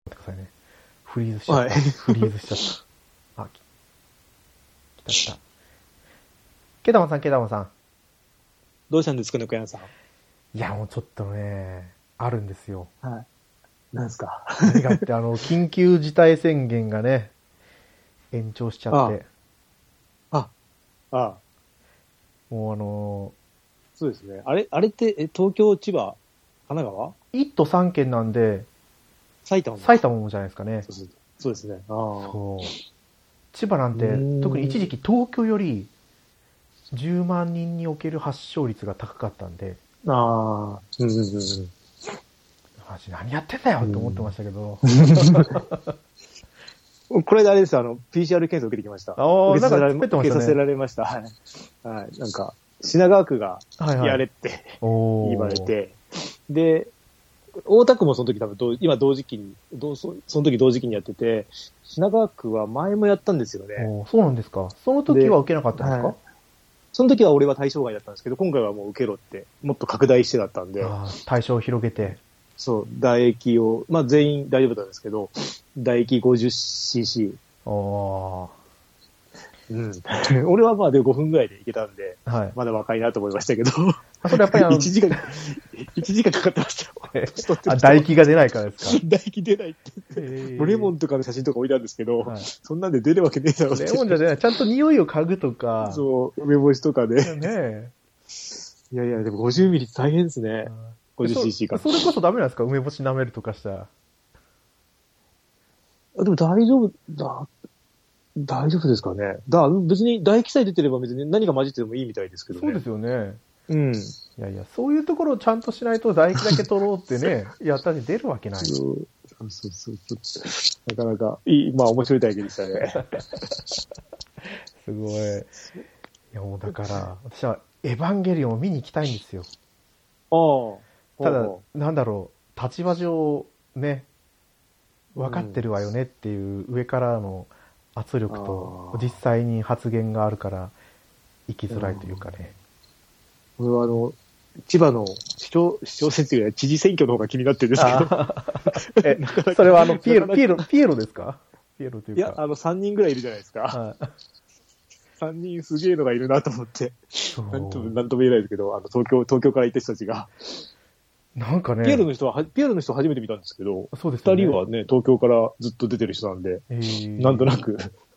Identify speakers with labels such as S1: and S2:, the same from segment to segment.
S1: 待ってくださいね。フリーズしちゃった。フリーズしちゃった。あ、来た。ケダマさん。
S2: どうしたんですかね、小山さん。
S1: いや、もうちょっとね、あるんですよ。
S2: はい。何ですか。
S1: 何がって、緊急事態宣言がね、延長しちゃって。
S2: ああ。
S1: もう
S2: そうですね。あれって、東京、千葉、神奈川
S1: 1都3県なんで、
S2: 埼玉
S1: もじゃないですかね。
S2: そうですね。
S1: そう。千葉なんて、特に一時期東京より10万人における発症率が高かったんで、
S2: マジ
S1: 何やってんだよって思ってましたけど。
S2: これであれですよ、PCR 検査受けてきました。
S1: なんか作ってましたね。
S2: 受けさせられました。はい。はい。なんか、品川区がやれって言われて、で、大田区もその時多分今同時期に、その時同時期にやってて、品川区は前もやったんですよね。
S1: そうなんですか。その時は受けなかったんですか？
S2: その時は俺は対象外だったんですけど、今回はもう受けろって、もっと拡大してだったんで。
S1: 対象を広げて。
S2: そう、唾液を、まあ全員大丈夫なんですけど、唾液 50cc。俺はまあで5分ぐらいでいけたんで、はい、まだ若いなと思いましたけど。
S1: それやっぱり
S2: 1時間かかってましたよ。
S1: 唾液が出ないからですか？
S2: 唾液出ないって。レモンとかの写真とか置いたんですけど、はい、そんなんで出るわけねえだろって。
S1: レモンじゃ出ない。ちゃんと匂いを嗅ぐとか。
S2: そう、梅干しとかで。
S1: ね
S2: いやいや、でも50ミリ大変ですね。50cc か。
S1: それこそダメなんですか？梅干し舐めるとかしたら。
S2: でも大丈夫ですかね。別に唾液さえ出てれば別に何が混じっててもいいみたいですけどね。
S1: そうですよね。
S2: うん。
S1: いやいや、そういうところをちゃんとしないと唾液だけ取ろうってね、やったら出るわけない。
S2: そう。なかなかいい、まあ面白い体験でしたね。
S1: すごい。いやもうだから、私はエヴァンゲリオンを見に行きたいんですよ。ただ、なんだろう、立場上ね、分かってるわよねっていう上からの圧力と、実際に発言があるから行きづらいというかね。
S2: これは千葉の市長選挙や知事選挙の方が気になってるんですけ
S1: ど。それはピエロですか？ピエロというか。
S2: いや、3人ぐらいいるじゃないですか。3人すげえのがいるなと思って。なんとも言えないですけど、東京から行った人たちが。なんかね。ピエロの人初めて見たんですけど、
S1: そうですね。
S2: 2人はね、東京からずっと出てる人なんで、なんとなく、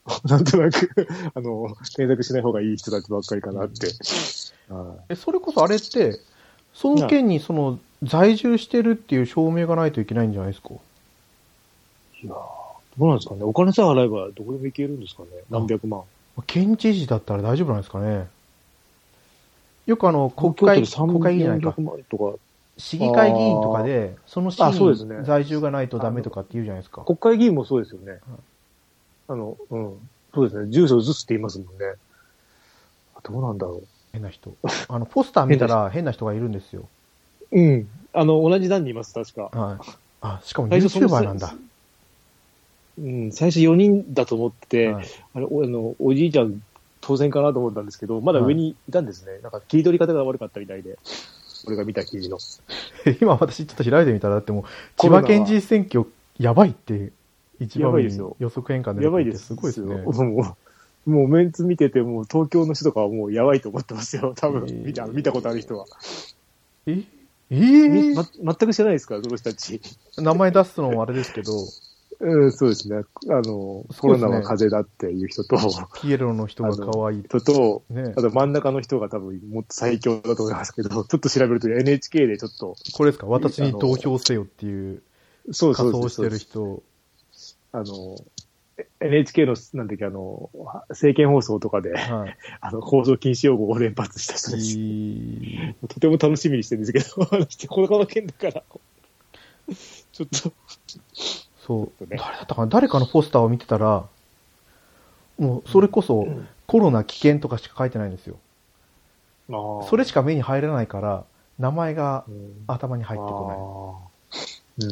S2: 検索しない方がいい人たちばっかりかなって。
S1: それこそあれって、その県に在住してるっていう証明がないといけないんじゃないですか？
S2: いやどうなんですかね。お金さえ払えばどこでも行けるんですかね。何百万。
S1: 県知事だったら大丈夫なんですかね。よく国会議員じゃないか。市議会議員とかで、その市に在住がないとダメとかって言うじゃないですか。
S2: 国会議員もそうですよね。そうですね。住所を移すって言いますもんね。どうなんだろう。
S1: 変な人。ポスター見たら変な人がいるんですよ。
S2: うん。同じ段にいます、確か。
S1: はい。しかも YouTuber なんだ。
S2: うん、最初4人だと思って、おじいちゃん当選かなと思ったんですけど、まだ上にいたんですね。なんか切り取り方が悪かったみたいで。俺が見た記事の。
S1: 今私ちょっと開いてみたら、だってもう、千葉県知事選挙やばいって、一番に予測変換で。
S2: やばいです。すごいですね。もうメンツ見てて、もう東京の人とかはもうやばいと思ってますよ。多分、見たことある人は。全く知らないですか、その人たち。
S1: 名前出すのもあれですけど。
S2: そうですね。コロナは風邪だっていう人と、
S1: ピエロの人が可愛い
S2: 人と、あと真ん中の人が多分もっと最強だと思いますけど、ちょっと調べると NHK でちょっと。
S1: これですか？私に投票せよっていう仮装してる人。
S2: NHK の、なんていうか、政見放送とかで、放送禁止用語を連発した人です。とても楽しみにしてるんですけど、この件だから、ちょっと。
S1: そう。誰だったかな？誰かのポスターを見てたら、もう、それこそ、コロナ危険とかしか書いてないんですよ。それしか目に入らないから、名前が頭に入ってこない。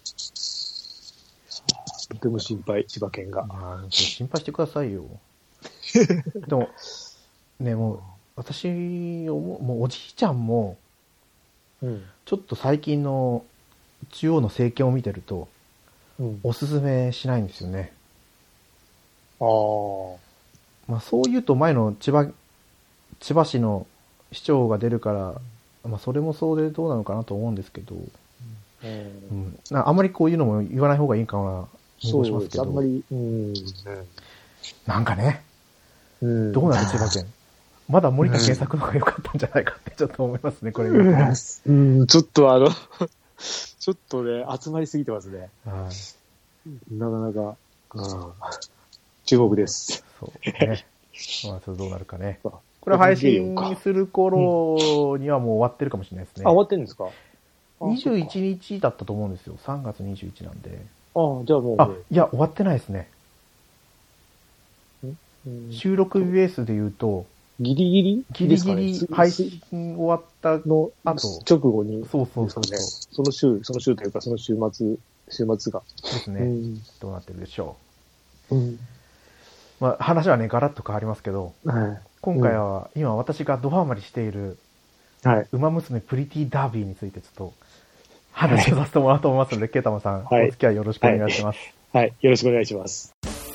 S2: とても心配、千葉県が。
S1: 心配してくださいよ。でも、ね、もう、私もうおじいちゃんも、ちょっと最近の中央の政権を見てると、 おすすめしないんですよね。
S2: ああ。
S1: まあそう言うと前の千葉市の市長が出るから、まあそれもそうでどうなのかなと思うんですけど、あんまりこういうのも言わない方がいいかな、
S2: そうしますけど。あんまり、
S1: なんかね、どうなる千葉県。まだ森田健作の方が良かったんじゃないかってちょっと思いますね、これ。
S2: ちょっとちょっとね、集まりすぎてますね。なかなか、注目です。
S1: そうね。まあ、どうなるかね。これ配信する頃にはもう終わってるかもしれないですね。
S2: 終わってるんですか？
S1: 21 日だったと思うんですよ。3月21なんで。
S2: じゃあもう。
S1: いや、終わってないですね。収録ベースで言うと、
S2: ギリギ
S1: リ配信終わったの後。
S2: 直後に。
S1: そう。
S2: その週というか、その週末が。
S1: ですね。どうなってるでしょう。まあ、話はね、ガラッと変わりますけど、今回は、今私がドハマりしている、ウマ娘プリティダービーについてちょっと、話をさせてもらおうと思いますので、ケイタマさん、お付き合いよろしくお願いします。
S2: はい、よろしくお願いします。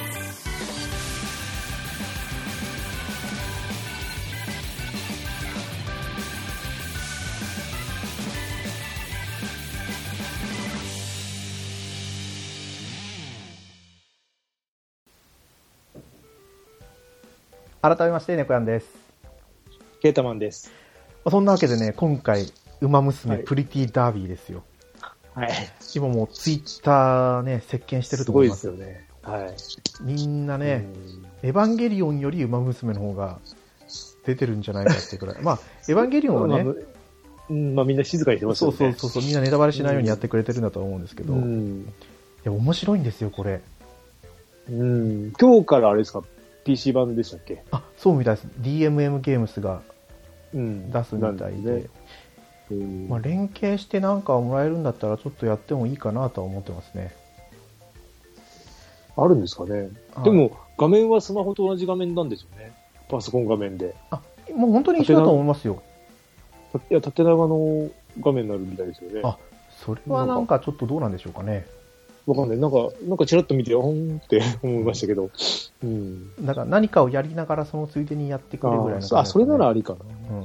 S1: 改めまして、猫やんです。
S2: ケータマンです。
S1: そんなわけでね、今回、ウマ娘プリティダービーですよ。
S2: はい。
S1: 今もうツイッターね、席巻してると思います。
S2: すごいですよね。はい。
S1: みんなね、エヴァンゲリオンよりウマ娘の方が出てるんじゃないかってくらい。まあ、エヴァンゲリオンはね、
S2: まあみんな静かにしてますよね。
S1: そう、みんなネタバレしないようにやってくれてるんだと思うんですけど、いや、面白いんですよ、これ。
S2: 今日からあれですか、PC 版でしたっけ？
S1: そうみたいです。DMM ゲームスが出すみたいで、まあ、連携してなんかもらえるんだったらちょっとやってもいいかなとは思ってますね。
S2: あるんですかね。でも画面はスマホと同じ画面なんですよね。パソコン画面で。
S1: もう本当に一緒だと思いますよ。
S2: いや、縦長の画面になるみたいですよね。
S1: それはなんかちょっとどうなんでしょうかね。
S2: わかんない。なんかチラッと見て、って思いましたけど。
S1: だから何かをやりながらそのついでにやってくれるぐらいの感じ、
S2: ね。それならありか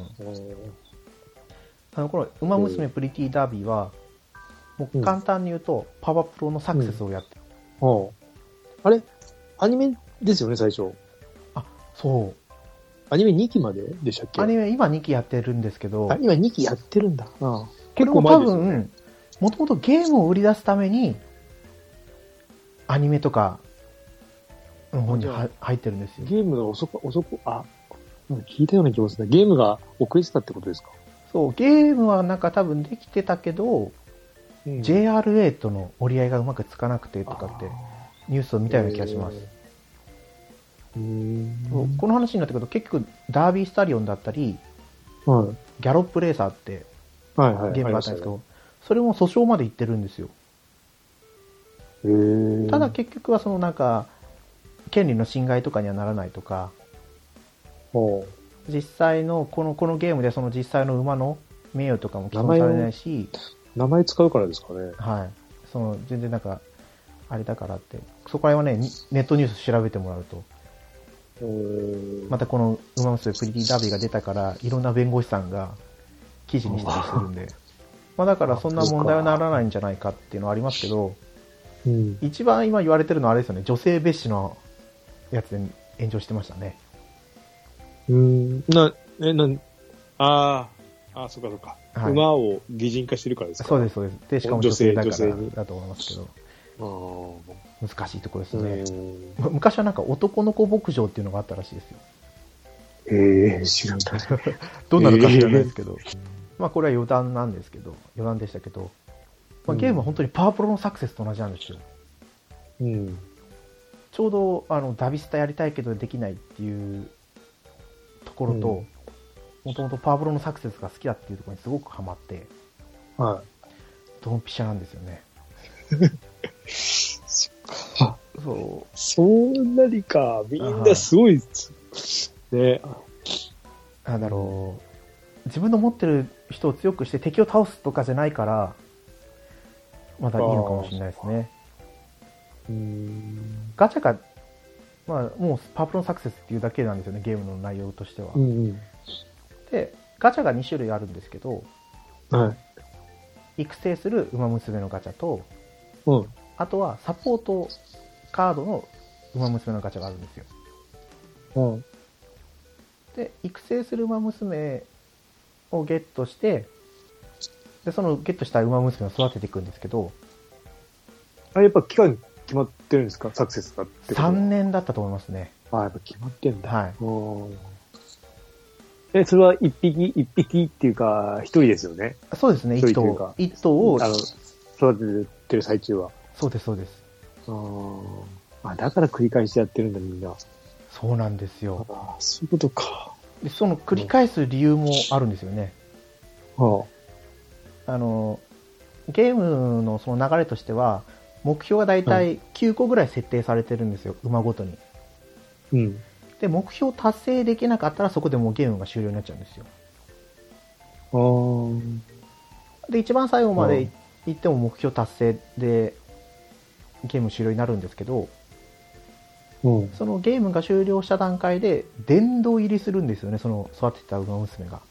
S1: な。このウマ娘プリティダービーは、もう簡単に言うと、パワプロのサクセスをやってる。
S2: あれアニメですよね、最初。
S1: そう。
S2: アニメ2期まででしたっけ？
S1: アニメ今2期やってるんですけど。
S2: 今2期やってるんだ。
S1: 結構前ですよね。多分、もともとゲームを売り出すために、アニメとかの方に入ってるんですよ。
S2: ゲームが聞いたような気もするね。ゲームが遅れてたってことですか？
S1: そう、ゲームはなんか多分できてたけど、JRA との折り合いがうまくつかなくてとかってニュースを見たような気がします。この話になってくると結局ダービースタリオンだったり、ギャロップレーサーってゲームがあったんですけど、それも訴訟まで行ってるんですよ。ただ結局はそのなんか権利の侵害とかにはならないとか、実際のこのゲームでその実際の馬の名誉とかも記載されないし、
S2: 名前使うからですかね。
S1: はい。全然なんかあれだからって、そこら辺はねネットニュース調べてもらうと、またこのウマ娘プリティダービーが出たからいろんな弁護士さんが記事にしたりするんで、まあだからそんな問題はならないんじゃないかっていうのはありますけど。一番今言われてるのはあれですよね、女性蔑視のやつで炎上してましたね。
S2: そうか。馬を擬人化してるからですか？
S1: そうです。で、しかも女性だからだと思いますけど。難しいところですね。昔はなんか男の子牧場っていうのがあったらしいですよ。
S2: 知らない。
S1: どんなのか知らないですけど。まあこれは余談でしたけど、まあ、ゲームは本当にパワープロのサクセスと同じなんですよ。ちょうどダビスタやりたいけどできないっていうところと、もともとパワープロのサクセスが好きだっていうところにすごくハマって、ドンピシャなんですよね。
S2: そうなりか、みんなすごいね。
S1: なんだろう、自分の持ってる人を強くして敵を倒すとかじゃないから、まだいいのかもしれないですね。 ガチャが、まあ、もうパープルのサクセスっていうだけなんですよね、ゲームの内容としては。で、ガチャが2種類あるんですけど、育成する馬娘のガチャと、あとはサポートカードの馬娘のガチャがあるんですよ。で、育成する馬娘をゲットして、で、そのゲットした馬娘を育てていくんですけど、
S2: やっぱ期間決まってるんですか、サクセスかってことは。3
S1: 年だったと思いますね。
S2: やっぱ決まってんだ。
S1: はい。
S2: それは一匹っていうか、一人ですよね。
S1: そうですね、一頭を。
S2: 育ててる最中は。
S1: そうです、そうです。
S2: だから繰り返しやってるんだ、みんな。
S1: そうなんですよ。
S2: そういうことか。
S1: で、その繰り返す理由もあるんですよね。ゲームのその流れとしては、目標がだいたい9個ぐらい設定されてるんですよ、馬ごとに。で、目標達成できなかったらそこでもうゲームが終了になっちゃうんですよ。で、一番最後まで行っても目標達成でゲーム終了になるんですけど、そのゲームが終了した段階で殿堂入りするんですよね、その育てた馬娘が。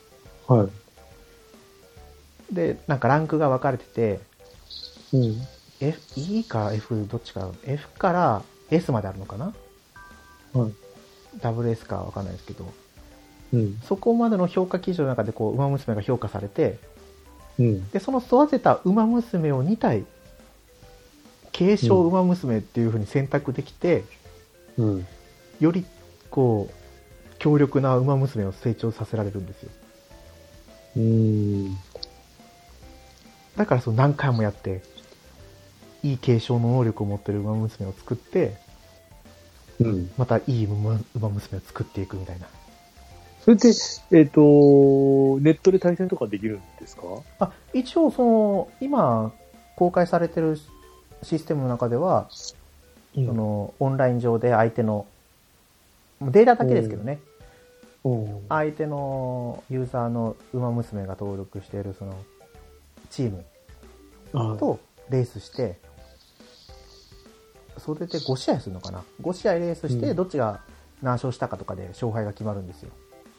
S1: で、なんかランクが分かれてて、E か F どっちか、F から S まであるのかな、WS か分かんないですけど、そこまでの評価基準の中でこう馬娘が評価されて、でその育てた馬娘を2体継承馬娘っていう風に選択できて、よりこう強力な馬娘を成長させられるんですよ。だからそう何回もやっていい継承の能力を持ってる馬娘を作って、またいい馬娘を作っていくみたいな。
S2: それって、ネットで対戦とかできるんですか？
S1: 一応今公開されてるシステムの中では、オンライン上で相手のデータだけですけどね、相手のユーザーの馬娘が登録しているそのチームとレースして、それで5試合するのかな、5試合レースしてどっちが何勝したかとかで勝敗が決まるんですよ。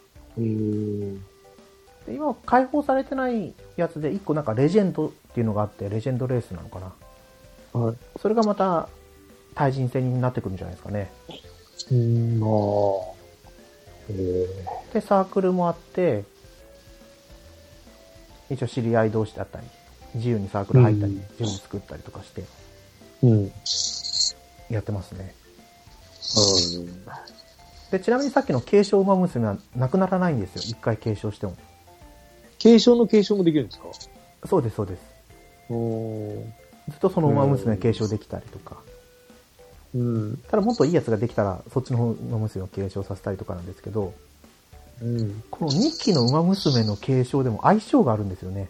S1: で今開放されてないやつで1個なんかレジェンドっていうのがあって、レジェンドレースなのかな、それがまた対人戦になってくるんじゃないですかね。でサークルもあって、一応知り合い同士だったり自由にサークル入ったり、自分で作ったりとかして、やってますね。でちなみにさっきの継承馬娘はなくならないんですよ、一回継承しても。
S2: 継承の継承もできるんですか？
S1: そうです、そうです。ずっとその馬娘継承できたりとか、ただもっといいやつができたらそっちの馬娘を継承させたりとかなんですけど、この2期の馬娘の継承でも相性があるんですよね。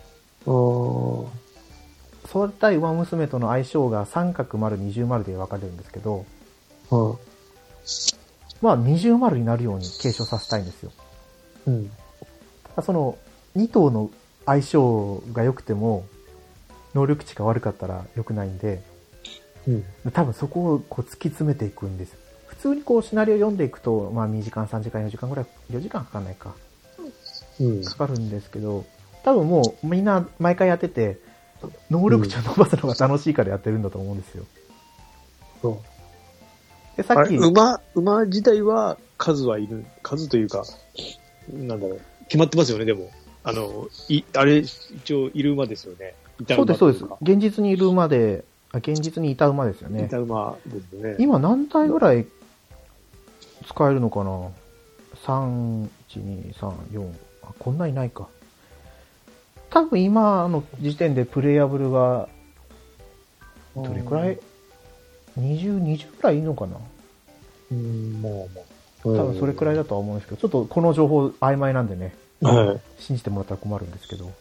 S1: 育てたい馬娘との相性が三角丸二重丸で分かれるんですけど、二重丸になるように継承させたいんですよ。ただその2頭の相性が良くても能力値が悪かったら良くないんで、多分そこをこう突き詰めていくんです。普通にこうシナリオ読んでいくと、2時間3時間4時間ぐらい、4時間かかんないか、かかるんですけど、多分もうみんな毎回やってて能力値を伸ばすのが楽しいからやってるんだと思うんですよ。でさっき
S2: 馬自体は数はいる、数というかなんだろう、決まってますよね。でもあれ一応いる馬ですよね。
S1: そうです、そうです。現実にいる馬で、現実にいた馬ですよね。
S2: いた馬ですね。
S1: 今何体ぐらい使えるのかな。3、1、2、3、4、こんないないか。多分今の時点でプレイヤブルがどれくらい、20くらいいるのかな。多分それくらいだとは思うんですけど、ちょっとこの情報曖昧なんでね、信じてもらったら困るんですけど。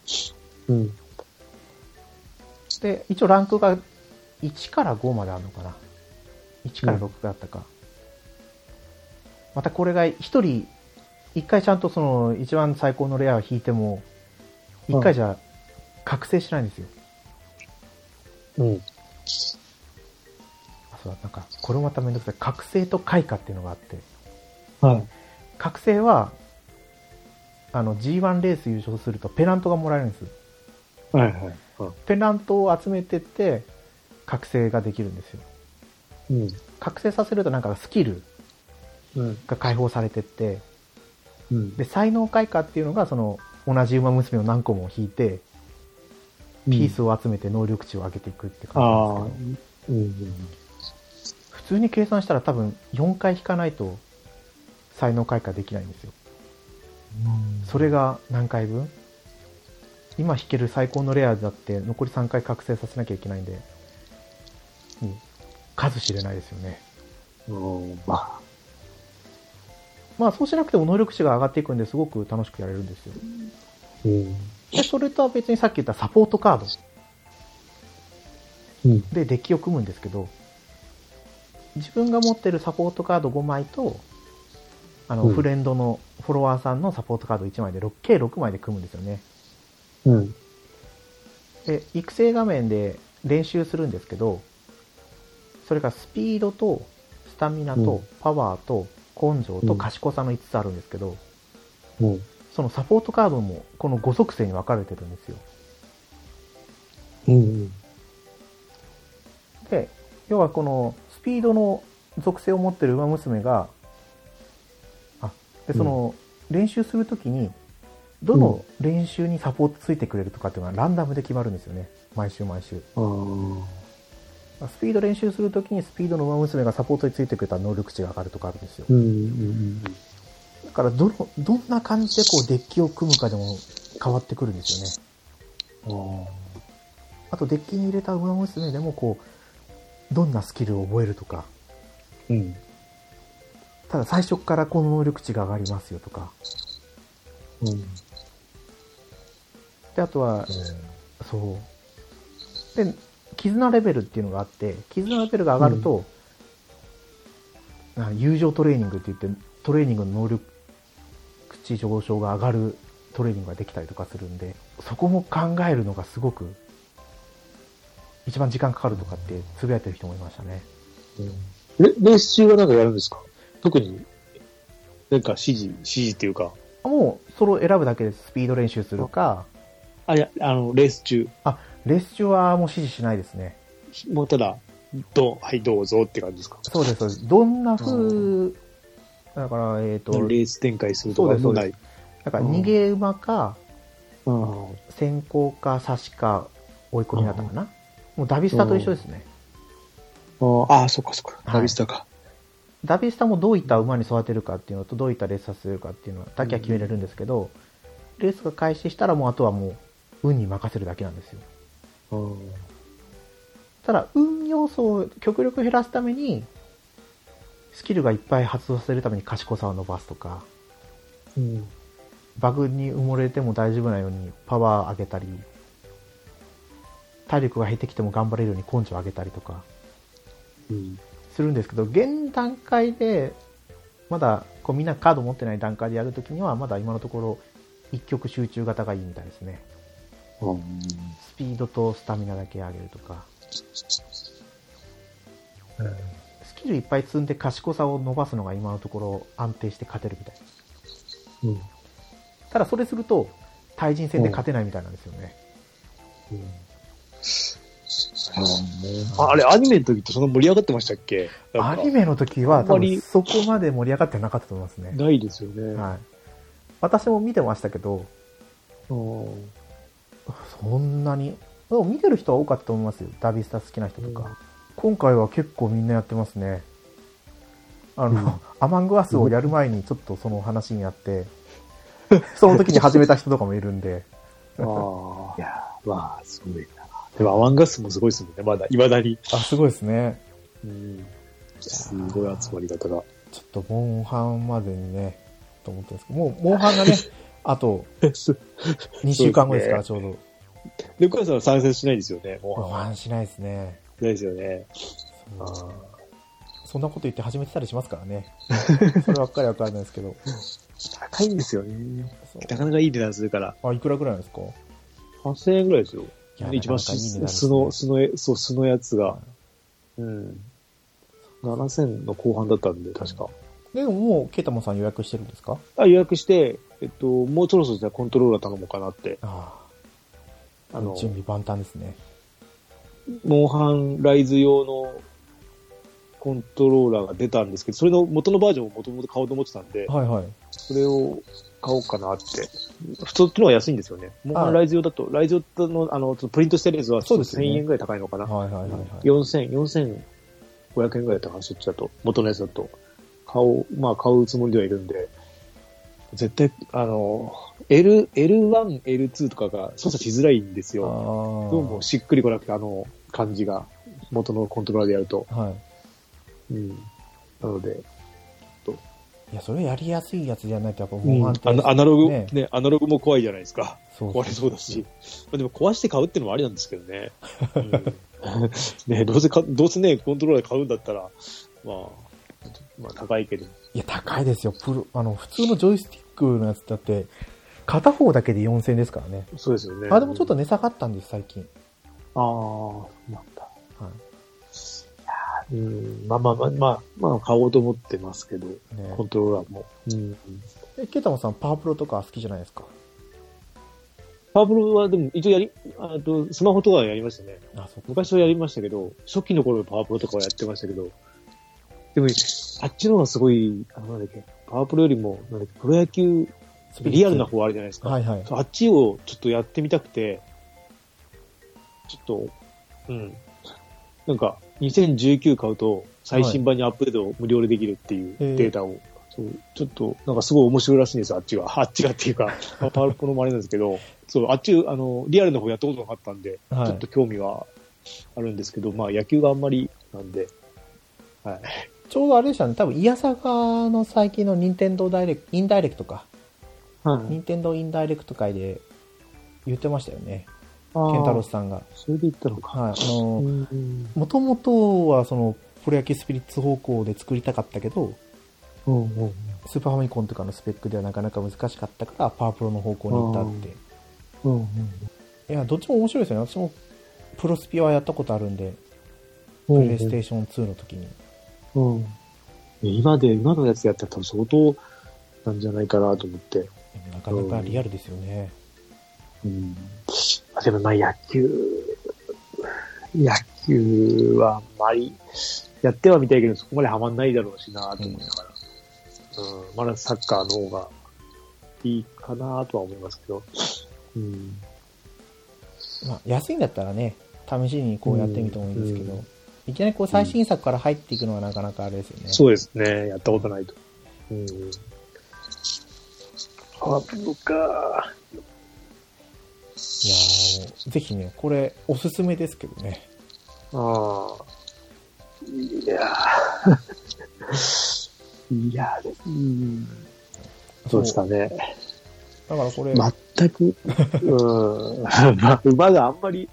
S1: で、一応ランクが1から5まであるのかな。1から6があったか。またこれが1人、1回ちゃんとその一番最高のレアを引いても、1回じゃ覚醒しないんですよ。 そうだ、なんか、これまためんどくさい。覚醒と開花っていうのがあって。
S2: はい。
S1: 覚醒は、G1 レース優勝するとペナントがもらえるんです。
S2: はいはい。
S1: ペナントを集めてって、覚醒ができるんですよ。
S2: うん。
S1: 覚醒させるとなんかスキルが解放されてって、うん、で、才能開花っていうのが、その、同じ馬娘を何個も引いて、ピースを集めて能力値を上げていくって感じなんですけど、うんうん、普通に計算したら多分4回引かないと才能開花できないんですよ。うん、それが何回分？今引ける最高のレアだって残り3回覚醒させなきゃいけないんで、うん、数知れないですよね。まあそうしなくても能力値が上がっていくんですごく楽しくやれるんですよ。でそれとは別にさっき言ったサポートカードでデッキを組むんですけど、自分が持ってるサポートカード5枚とフレンドのフォロワーさんのサポートカード1枚で計6枚で組むんですよね。で育成画面で練習するんですけど、それがスピードとスタミナとパワーと根性と賢さの5つあるんですけど、そのサポートカードもこの5属性に分かれてるんですよ。で、要はこのスピードの属性を持ってる馬娘が、でその練習するときにどの練習にサポートついてくれるとかっていうのはランダムで決まるんですよね。毎週毎週。スピード練習するときにスピードの馬娘がサポートについてくれたら能力値が上がるとかあるんですよ。だからどんな感じでこうデッキを組むかでも変わってくるんですよね。あとデッキに入れた馬娘でもこうどんなスキルを覚えるとか、ただ最初からこの能力値が上がりますよとか、であとは、そうで絆レベルっていうのがあって、絆レベルが上がると、友情トレーニングって言ってトレーニングの能力値上昇が上がるトレーニングができたりとかするんで、そこも考えるのがすごく一番時間かかるとかってつぶやいてる人もいましたね。
S2: レース中は何かやるんですか？特になんか指示っていうか、
S1: もうそれを選ぶだけでスピード練習するか、
S2: いやレース中
S1: レース中はもう指示しないですね。
S2: もうただはいどうぞって感じですか？
S1: そうですそうです。どんな風だから
S2: レース展開するとかもない。
S1: だから逃げ馬か、先行か差しか追い込みだったかな。もうダビスタと一緒ですね。
S2: そっかそっか、ダビスタか。
S1: ダビスタもどういった馬に育てるかっていうのとどういったレースさせるかっていうのだけは決めれるんですけど、レースが開始したらもうあとはもう運に任せるだけなんですよ。ただ運要素を極力減らすためにスキルがいっぱい発動させるために賢さを伸ばすとか、バグに埋もれても大丈夫なようにパワー上げたり、体力が減ってきても頑張れるように根性上げたりとかするんですけど、現段階でまだこうみんなカード持ってない段階でやるときにはまだ今のところ一極集中型がいいみたいですね。スピードとスタミナだけ上げるとか、スキルいっぱい積んで賢さを伸ばすのが今のところ安定して勝てるみたいです。ただそれすると対人戦で勝てないみたいなんですよね。
S2: あれアニメの時ってそんな盛り上がってましたっけ？
S1: アニメの時は多分そこまで盛り上がってなかったと思いますね。
S2: ないですよね。
S1: 私も見てましたけど、そんなにでも見てる人は多かったと思いますよ。ダビスタ好きな人とか。今回は結構みんなやってますね。アマングアスをやる前にちょっとその話になって、その時に始めた人とかもいるんで。
S2: いやすごいな。でもアマングアスもすごいですもんね。まだ未だに。
S1: すごいですね。
S2: すごい集まり方が。
S1: ちょっとモンハンまでにね、と思ってるんですけど、もうモンハンがね、あと2週間後ですから、ちょうど。
S2: で、小谷さんは参戦しないですよね、
S1: モンハンしないですね。
S2: ないですよね。
S1: そんなこと言って始めてたりしますからね。そればっかりは分からないですけど。
S2: 高いんですよね。なかなかいい値段するから。
S1: いくらぐらいなんですか
S2: ？8000円ぐらいですよ。一番素のやつが。 7000の後半だったんで、確か。
S1: でももう、ケイタモンさん予約してるんですか？
S2: 予約して、もうそろそろじゃあコントローラー頼もうかなって。
S1: 準備万端ですね。
S2: モンハンライズ用のコントローラーが出たんですけど、それの元のバージョンをもともと買おうと思ってたんで、
S1: はいはい。
S2: それを買おうかなって。普通っていうのは安いんですよね。モンハンライズ用だと、ライズ用のプリントしてるやつは1000円ぐらい高いのかな。
S1: はいはいはい、はい。
S2: 4500円ぐらいだったかな、そっちだと。元のやつだと。買うつもりではいるんで、絶対、L1、L2 とかが操作しづらいんですよ。どうもしっくりこなくて、感じが、元のコントローラーでやると。
S1: はい。
S2: なので、
S1: いや、それやりやすいやつじゃないと、やっぱモンハンって、
S2: アナログも怖いじゃないですか。壊れそうだし。でも壊して買うってのもありなんですけどね。ね、どうせね、コントローラー買うんだったら、まあ高いけど。
S1: いや、高いですよ。普通のジョイスティックのやつだって、片方だけで4000円ですからね。
S2: そうですよね。
S1: でもちょっと値下がったんです、最近。
S2: なんだ。はい。買おうと思ってますけど、ね、コントローラーも。
S1: ケイタマンさん、パワープロとか好きじゃないですか？
S2: パワープロはでも一応スマホとかはやりましたね。昔はやりましたけど、初期の頃のパワープロとかはやってましたけど、でも、あっちの方がすごい、なんだっけ、パワープロよりも、プロ野球、リアルな方あるじゃないですか。はいはい。あっちをちょっとやってみたくて、ちょっと、なんか、2019買うと、最新版にアップデートを無料でできるっていうデータを、ちょっと、なんかすごい面白いらしいんですよ、あっちが。あっちがっていうか、パワープロもあれなんですけど、あっち、リアルの方やったことなかったんで、ちょっと興味はあるんですけど、野球があんまりなんで、はい。
S1: ちょうどあれでしたね、多分、イヤサガの最近の任天堂インダイレクトか。任天堂インダイレクト会で言ってましたよね。ケンタロスさんが。
S2: それで言ったのか。
S1: はい。もともとは、プロ野球スピリッツ方向で作りたかったけど、スーパーファミコンとかのスペックではなかなか難しかったから、パワープロの方向に行ったって。いや、どっちも面白いですよね。私も、プロスピはやったことあるんで、プレイステーション2の時に。
S2: 今のやつやったら多分相当なんじゃないかなと思って。
S1: なかなかリアルですよね。
S2: でも野球はあんまりやってはみたいけどそこまでハマんないだろうしなと思いながら。まだサッカーの方がいいかなとは思いますけど。
S1: 安いんだったらね、試しにこうやってみてもいいんですけど。いきなり最新作から入っていくのはなかなかあれですよね。
S2: そうですね。やったことないと。か。
S1: いやー、ぜひね、これおすすめですけどね。
S2: いやそうですかね。
S1: だからこれ。
S2: 全く、馬があんまり、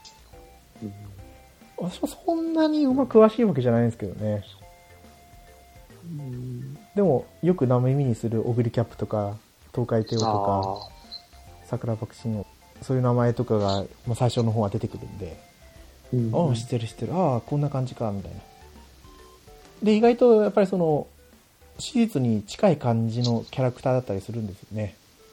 S1: 私もそんなに馬詳しいわけじゃないんですけどね。でも、よく耳にするオグリキャップとか、東海帝王とか、桜爆心王、そういう名前とかが、最初の方は出てくるんで、知ってる。こんな感じか、みたいな。で、意外と、やっぱり史実に近い感じのキャラクターだったりするんですよね。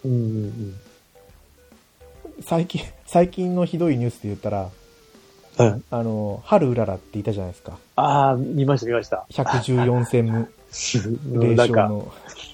S1: 最近のひどいニュースで言ったら、春うららっていたじゃないですか。
S2: 見ました。
S1: 114戦無連勝の、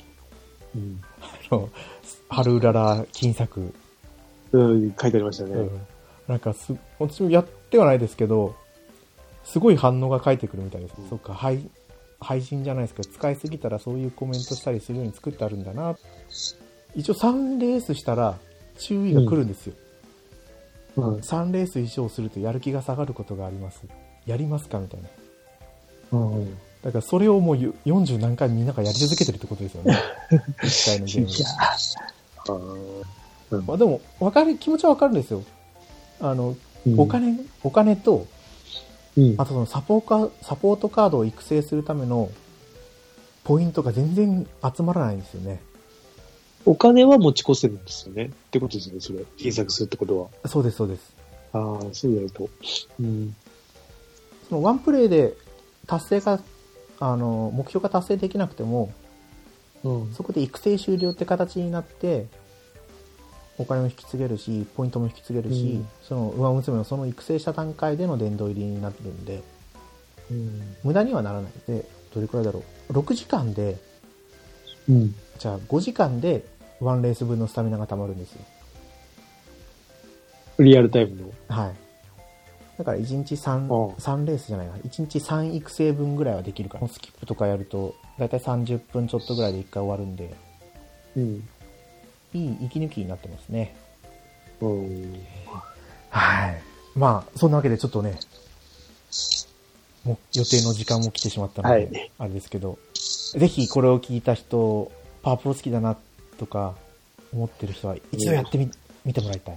S1: 春うらら金作。
S2: 書いてありましたね。
S1: 私もやってはないですけど、すごい反応が返ってくるみたいです。そっか、廃人じゃないですけど、使いすぎたらそういうコメントしたりするように作ってあるんだな。一応3レースしたら注意が来るんですよ。3レース以上するとやる気が下がることがあります。やりますかみたいな。だからそれをもう40何回みんながやり続けてるってことですよね。1回のゲーム。でも気持ちはわかるんですよ。お金と、あとサポートカードを育成するためのポイントが全然集まらないんですよね。
S2: お金は持ち越せるんですよね。ってことですね、それ。検索するってことは。
S1: そうです、そうです。
S2: そうやると。
S1: そのワンプレイで達成が目標が達成できなくても、そこで育成終了って形になって、お金も引き継げるし、ポイントも引き継げるし、その馬娘のその育成した段階での殿堂入りになってるんで、無駄にはならない。で、どれくらいだろう。6時間で、じゃあ5時間で1レース分のスタミナが溜まるんですよ。
S2: リアルタイムの。
S1: はい。だから1日3レースじゃないな。1日3育成分ぐらいはできるから。スキップとかやると、だいたい30分ちょっとぐらいで1回終わるんで、いい息抜きになってますね。はい。まあ、そんなわけでちょっとね、もう予定の時間も来てしまったので、あれですけど、ぜひこれを聞いた人、パワープロ好きだなとか思ってる人は一度やってみてもらいたい。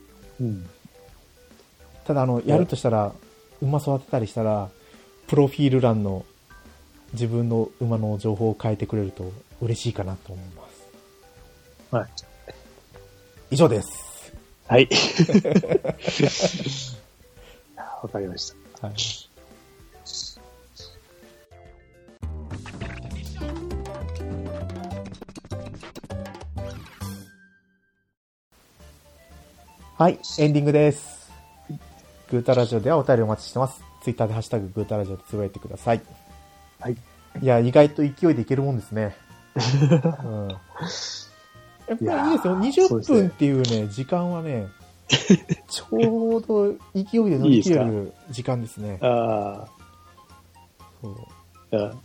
S1: ただやるとしたら、馬育てたりしたら、プロフィール欄の自分の馬の情報を変えてくれると嬉しいかなと思います。
S2: はい。
S1: 以上です。
S2: はい。わかりました。はい。
S1: はい、エンディングです。グータラジオではお便りお待ちしてます。ツイッターでハッシュタググータラジオでつぶやいてください。
S2: はい。
S1: いや、意外と勢いでいけるもんですね。やっぱりいいですよ。20分っていうね、時間はね、ちょうど勢いで乗り切れる時間ですね。そう。ちょ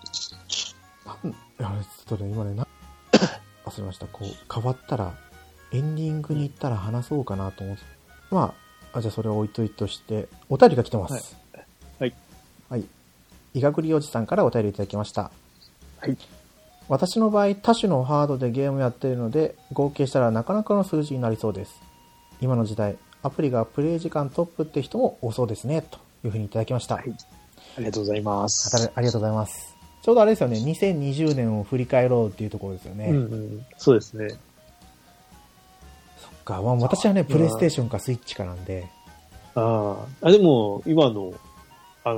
S1: っとね、今ね、忘れました。こう、変わったら、エンディングに行ったら話そうかなと思って。まあ、じゃあそれを置いといとして、お便りが来てます。
S2: はい。
S1: はい。いがぐりおじさんからお便りいただきました。
S2: はい。
S1: 私の場合、多種のハードでゲームやっているので、合計したらなかなかの数字になりそうです。今の時代、アプリがプレイ時間トップって人も多そうですね、というふうにいただきました。はい。
S2: ありがとうございます。
S1: ありがとうございます。ちょうどあれですよね、2020年を振り返ろうっていうところですよね。
S2: そうですね。
S1: そっか、まあ、私はね、プレイステーションかスイッチかなんで。
S2: でも、今の、ア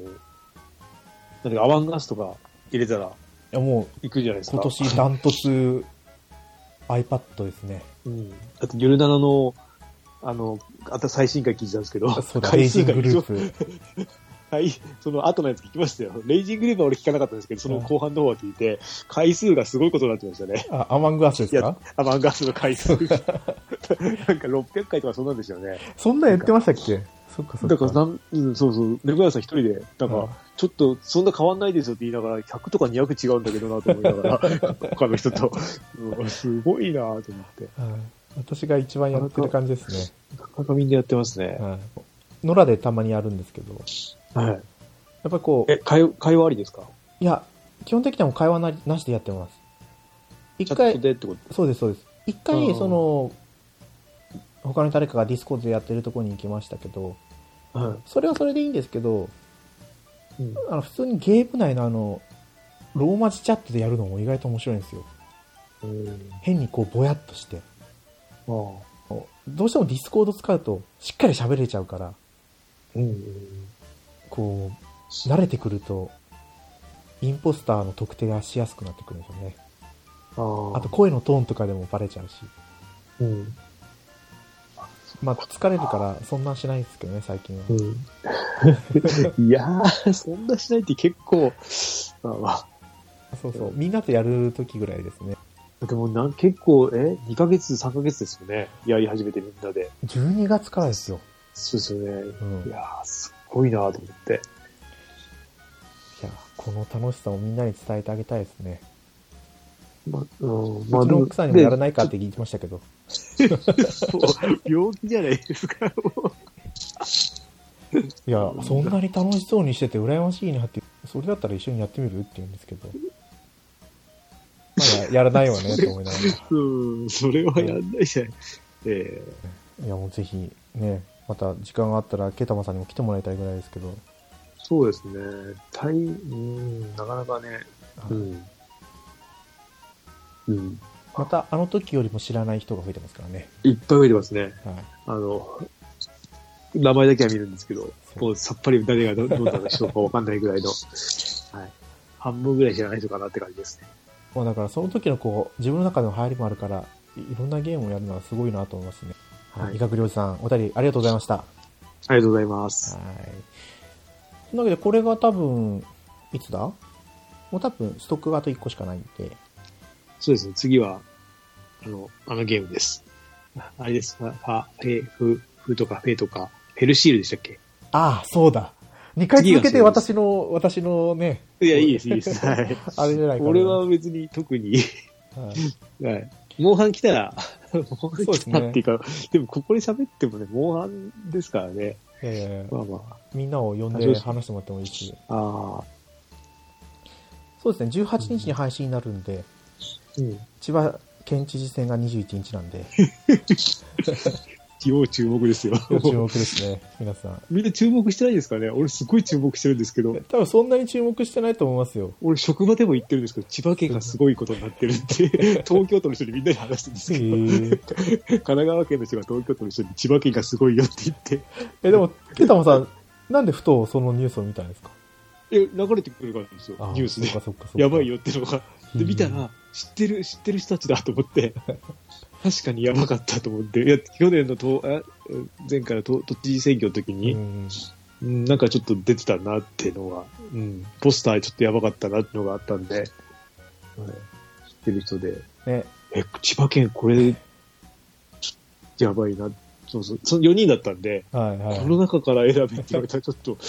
S2: バンガスとか入れたら、
S1: もう、
S2: 行くじゃないですか。
S1: 今年ダントツ iPad ですね。
S2: だって、ゆるななの、最新回聞いてたんですけど、
S1: そうだ、レイジンググループ。
S2: はい、その後のやつ聞きましたよ。レイジンググループは俺聞かなかったんですけど、その後半の方は聞いて、回数がすごいことになってましたね。
S1: アマンガースですか？
S2: アマンガースの回数。なんか600回とかそんなんでしたよね。
S1: そんなん言ってましたっけ？そっか。
S2: だからそう、猫屋さん一人で、なんか、ちょっと、そんな変わんないですよって言いながら、100とか200違うんだけどなと思いながら、他の人と、すごいなと思って。
S1: 私が一番やってる感じですね。
S2: なかなかみんなやってますね。
S1: 野良でたまにやるんですけど。やっぱりこう。
S2: 会話ありですか？
S1: いや、基本的にはもう会話なしでやってます。
S2: 一回、チャットでってこと？
S1: そうです。一回、他の誰かがディスコードでやってるところに行きましたけど、それはそれでいいんですけど、普通にゲーム内のローマ字チャットでやるのも意外と面白いんですよ。変にこうぼやっとして。どうしてもディスコード使うとしっかり喋れちゃうから、こう、慣れてくると、インポスターの特定がしやすくなってくるんですよね。あと声のトーンとかでもバレちゃうし。まあ、疲れるから、そんなしないですけどね、最近は。
S2: いやー、そんなしないって結構、
S1: そう。みんなとやるときぐらいですね。
S2: でも結構、2ヶ月、3ヶ月ですよね。やり始めてみんなで。
S1: 12月からですよ。
S2: そうですよね。いやー、すごいなーと思って。
S1: いや、この楽しさをみんなに伝えてあげたいですね。うち
S2: の
S1: 奥さんにもやらないかって聞いてましたけど。
S2: 病気じゃないですか。
S1: いや、そんなに楽しそうにしてて羨ましいなって、それだったら一緒にやってみるって言うんですけど。まあ、やらないわねと思いながら。
S2: それはやんないじゃない。
S1: いや、もうぜひね、また時間があったらケタマさんにも来てもらいたいぐらいですけど。
S2: そうですね。なかなかね。
S1: またあの時よりも知らない人が増えてますからね。
S2: いっぱい増えてますね。名前だけは見るんですけど、もうさっぱり誰がどんな人かわかんないぐらいの。 半分ぐらい知らない人かなって感じですね。
S1: まあだからその時のこう、自分の中での流行りもあるから、いろんなゲームをやるのはすごいなと思いますね。はい。医学領事さん、お便りありがとうございました。あ
S2: りがとうございます。
S1: はい。そのわけで、これが多分、いつだ？もう多分、ストックがあと1個しかないんで。
S2: そうですね、次は、あのゲームです。あれです。フとかフェとか、フェルシールでしたっけ？
S1: ああ、そうだ。2回続けて私のね。
S2: いや、いいです、いいです。はい。あれじゃないかな。俺は別に特に、はい。モンハン来たら、モンハン来たっていうか、でもここで喋ってもね、モンハンですからね。
S1: まあまあ。みんなを呼んで話してもらってもいいし。ああ。そうですね、18日に配信になるんで、千葉県知事選が21日なんで。
S2: 要注目ですよ。
S1: 要注目ですね、皆さん。
S2: みんな注目してないですかね？俺すごい注目してるんですけど。
S1: 多分そんなに注目してないと思いますよ。
S2: 俺職場でも言ってるんですけど、千葉県がすごいことになってるって、東京都の人にみんなに話してるんですけど、神奈川県の人が東京都の人に千葉県がすごいよって言って。
S1: でも、ケタマさん、なんでふとそのニュースを見たんですか？
S2: 流れてくるからですよ、ニュースで。やばいよってのが。で、見たら、知ってる人たちだと思って、確かにやばかったと思って、いや、去年の前回の都知事選挙の時に、なんかちょっと出てたなっていうのが、ポスターちょっとやばかったなっていうのがあったんで、知ってる人で、千葉県これ、やばいな。そうそう。その4人だったんで、この中から選べって言われたらちょっと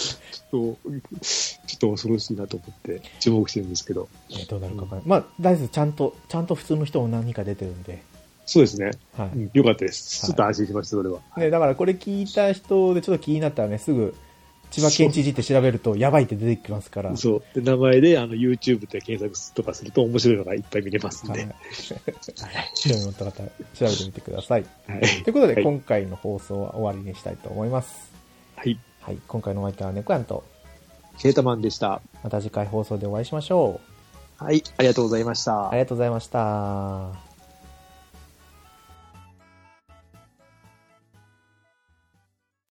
S2: 恐ろしいなと思って注目してるんですけど。
S1: どうなるかわからない。まあ、大丈夫です。ちゃんと普通の人も何人か出てるんで。
S2: そうですね。はい。よかったです。ちょっと安心しました、それは。
S1: ね、だからこれ聞いた人でちょっと気になったらね、すぐ、千葉県知事って調べるとやばいって出てきますから。
S2: そう。で、名前でYouTube で検索とかすると面白いのがいっぱい見れますんで。はい。
S1: 興味持った方、調べてみてください。はい。ということで、今回の放送は終わりにしたいと思います。はい。はい。今回のお相手は猫やんと、
S2: ケータマンでした。
S1: また次回放送でお会いしましょ
S2: う。はい。ありがとうございました。
S1: ありがとうございました。